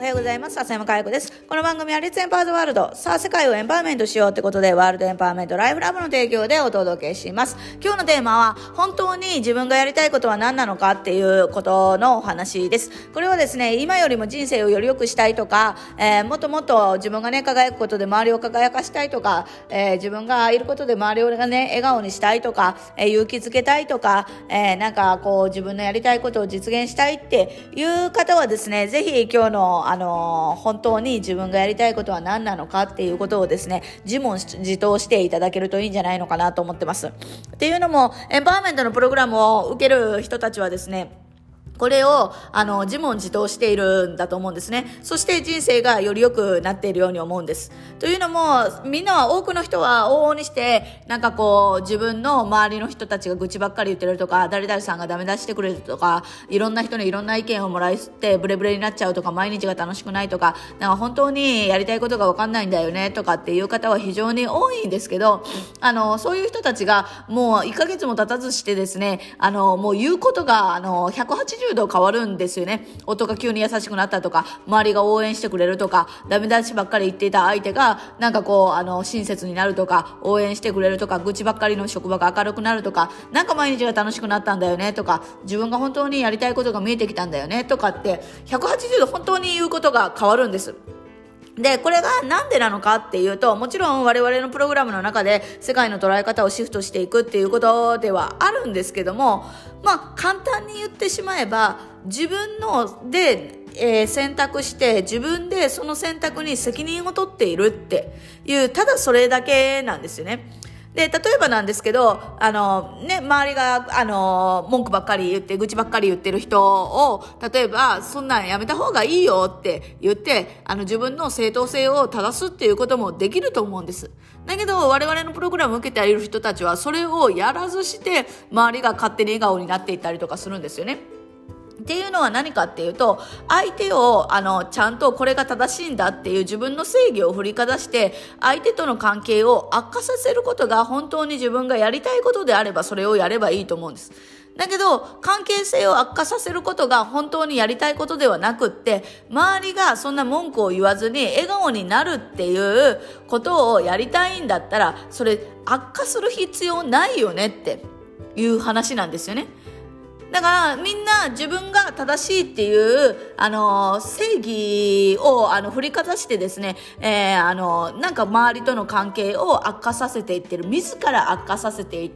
はようございます。笹山佳代子です。この番組はレッツエンパワードワールド。さあ、世界をエンパワーメントしようってことで、ワールドエンパワーメントライフラブの提供でお届けします。今日のテーマは、本当に自分がやりたいことは何なのかっていうことのお話です。これはですね、今よりも人生をより良くしたいとか、もっともっと自分がね、輝くことで周りを輝かしたいとか、自分がいることで周りをね、笑顔にしたいとか、勇気づけたいとか、なんかこう自分のやりたいことを実現したいっていう方はですね、ぜひ今日の本当に自分がやりたいことは何なのかっていうことをですね、自問自答していただけるといいんじゃないのかなと思ってます。っていうのも、エンパワーメントのプログラムを受ける人たちはですね、これを自問自答しているんだと思うんですね。そして人生がより良くなっているように思うんです。というのも、みんなは多くの人は往々にしてなんかこう自分の周りの人たちが愚痴ばっかり言ってるとか、誰々さんがダメ出ししてくれるとか、いろんな人にいろんな意見をもらいってブレブレになっちゃうとか、毎日が楽しくないとか、なんか本当にやりたいことが分かんないんだよねとかっていう方は非常に多いんですけど、そういう人たちがもう1ヶ月も経たずしてですね、もう言うことが180度変わるんですよね。夫が急に優しくなったとか、周りが応援してくれるとか、ダメ出しばっかり言っていた相手がなんかこう親切になるとか、応援してくれるとか、愚痴ばっかりの職場が明るくなるとか、なんか毎日が楽しくなったんだよねとか、自分が本当にやりたいことが見えてきたんだよねとかって180度本当に言うことが変わるんです。で、これがなんでなのかっていうと、もちろん我々のプログラムの中で世界の捉え方をシフトしていくっていうことではあるんですけども、簡単に言ってしまえば、自分ので、選択して自分でその選択に責任を取っているっていう、ただそれだけなんですよね。で、例えばなんですけど、周りが、文句ばっかり言って、愚痴ばっかり言ってる人を、例えば、そんなんやめた方がいいよって言って、自分の正当性を正すっていうこともできると思うんです。だけど、我々のプログラムを受けている人たちは、それをやらずして、周りが勝手に笑顔になっていったりとかするんですよね。っていうのは何かっていうと、相手をちゃんとこれが正しいんだっていう自分の正義を振りかざして相手との関係を悪化させることが本当に自分がやりたいことであれば、それをやればいいと思うんです。だけど関係性を悪化させることが本当にやりたいことではなくって、周りがそんな文句を言わずに笑顔になるっていうことをやりたいんだったら、それ悪化する必要ないよねっていう話なんですよね。だからみんな自分が正しいっていう正義を振りかざしてですね、なんか周りとの関係を悪化させていってる、自ら悪化させていって、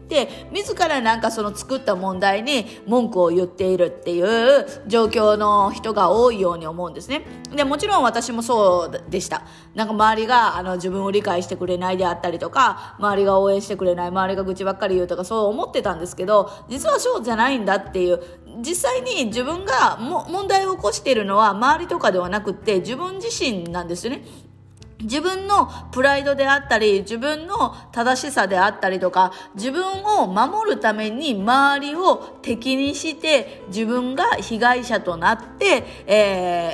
自らなんかその作った問題に文句を言っているっていう状況の人が多いように思うんですね。で、もちろん私もそうでした。なんか周りが自分を理解してくれないであったりとか、周りが応援してくれない、周りが愚痴ばっかり言うとか、そう思ってたんですけど、実はそうじゃないんだっていう、実際に自分が問題を起こしているのは周りとかではなくって自分自身なんですよね。自分のプライドであったり、自分の正しさであったりとか、自分を守るために周りを敵にして自分が被害者となって、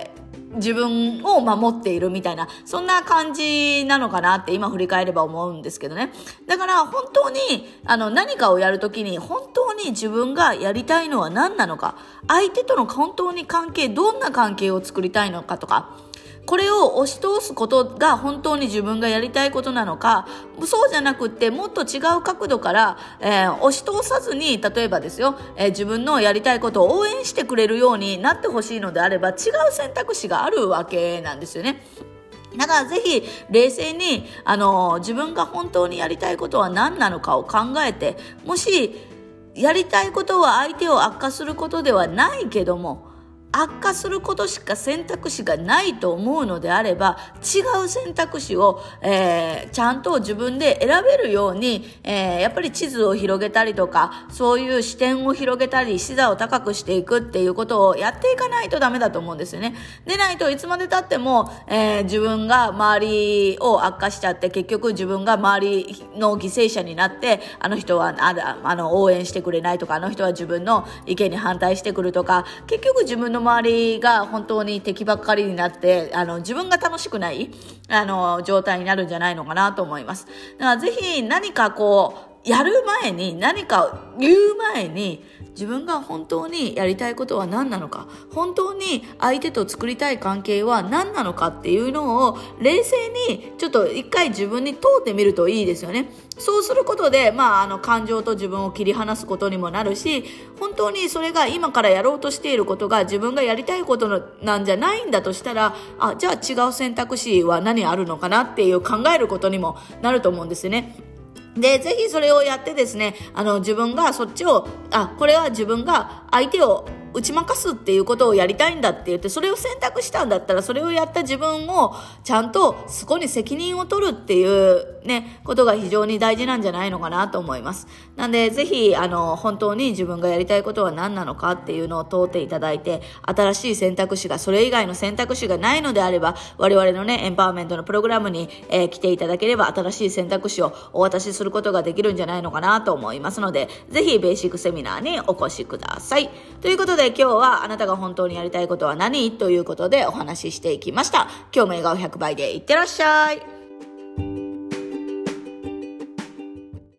自分を守っているみたいな、そんな感じなのかなって今振り返れば思うんですけどね。だから本当に何かをやるときに本当に自分がやりたいのは何なのか、相手との本当にどんな関係を作りたいのかとか、これを押し通すことが本当に自分がやりたいことなのか、そうじゃなくってもっと違う角度から、押し通さずに、例えばですよ、自分のやりたいことを応援してくれるようになってほしいのであれば、違う選択肢があるわけなんですよね。だからぜひ冷静に自分が本当にやりたいことは何なのかを考えて、もしやりたいことは相手を悪化することではないけども、悪化することしか選択肢がないと思うのであれば、違う選択肢を、ちゃんと自分で選べるように、やっぱり地図を広げたりとか、そういう視点を広げたり、視座を高くしていくっていうことをやっていかないとダメだと思うんですよね。でないといつまで経っても、自分が周りを悪化しちゃって、結局自分が周りの犠牲者になって、あの人は応援してくれないとか、あの人は自分の意見に反対してくるとか、結局自分の周りが本当に敵ばっかりになって自分が楽しくない状態になるんじゃないのかなと思います。だからぜひ何かこうやる前に、何か言う前に自分が本当にやりたいことは何なのか、本当に相手と作りたい関係は何なのかっていうのを冷静にちょっと一回自分に問うてみるといいですよね。そうすることで、感情と自分を切り離すことにもなるし、本当にそれが今からやろうとしていることが自分がやりたいことなんじゃないんだとしたら、じゃあ違う選択肢は何あるのかなっていう考えることにもなると思うんですよね。で、ぜひそれをやってですね、自分がそっちを、これは自分が相手を打ち負かすっていうことをやりたいんだって言って、それを選択したんだったら、それをやった自分をちゃんとそこに責任を取るっていうね、ことが非常に大事なんじゃないのかなと思います。なんで、ぜひ、本当に自分がやりたいことは何なのかっていうのを問うていただいて、新しい選択肢が、それ以外の選択肢がないのであれば、我々のね、エンパワーメントのプログラムに、来ていただければ、新しい選択肢をお渡しすることができるんじゃないのかなと思いますので、ぜひベーシックセミナーにお越しください。ということで、今日はあなたが本当にやりたいことは何ということでお話ししていきました。今日も笑顔100倍でいってらっしゃい。